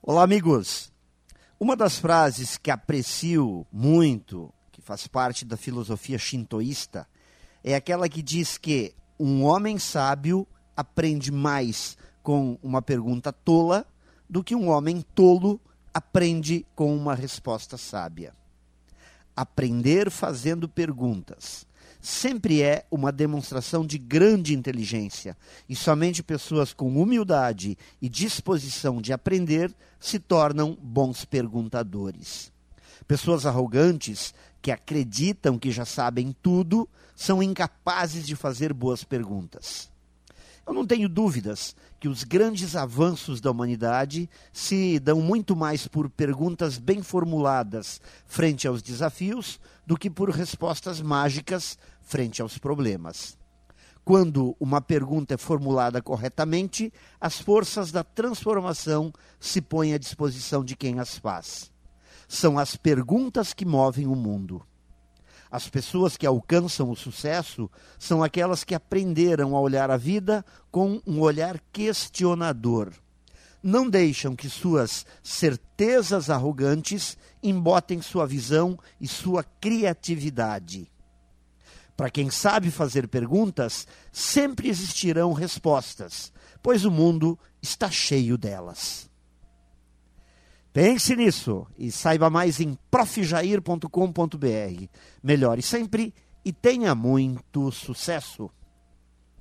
Olá, amigos. Uma das frases que aprecio muito, que faz parte da filosofia shintoísta, é aquela que diz que um homem sábio aprende mais com uma pergunta tola do que um homem tolo aprende com uma resposta sábia. Aprender fazendo perguntas sempre é uma demonstração de grande inteligência, e somente pessoas com humildade e disposição de aprender se tornam bons perguntadores. Pessoas arrogantes que acreditam que já sabem tudo são incapazes de fazer boas perguntas. Eu não tenho dúvidas que os grandes avanços da humanidade se dão muito mais por perguntas bem formuladas frente aos desafios do que por respostas mágicas frente aos problemas. Quando uma pergunta é formulada corretamente, as forças da transformação se põem à disposição de quem as faz. São as perguntas que movem o mundo. As pessoas que alcançam o sucesso são aquelas que aprenderam a olhar a vida com um olhar questionador. Não deixam que suas certezas arrogantes embotem sua visão e sua criatividade. Para quem sabe fazer perguntas, sempre existirão respostas, pois o mundo está cheio delas. Pense nisso e saiba mais em profjair.com.br. Melhore sempre e tenha muito sucesso!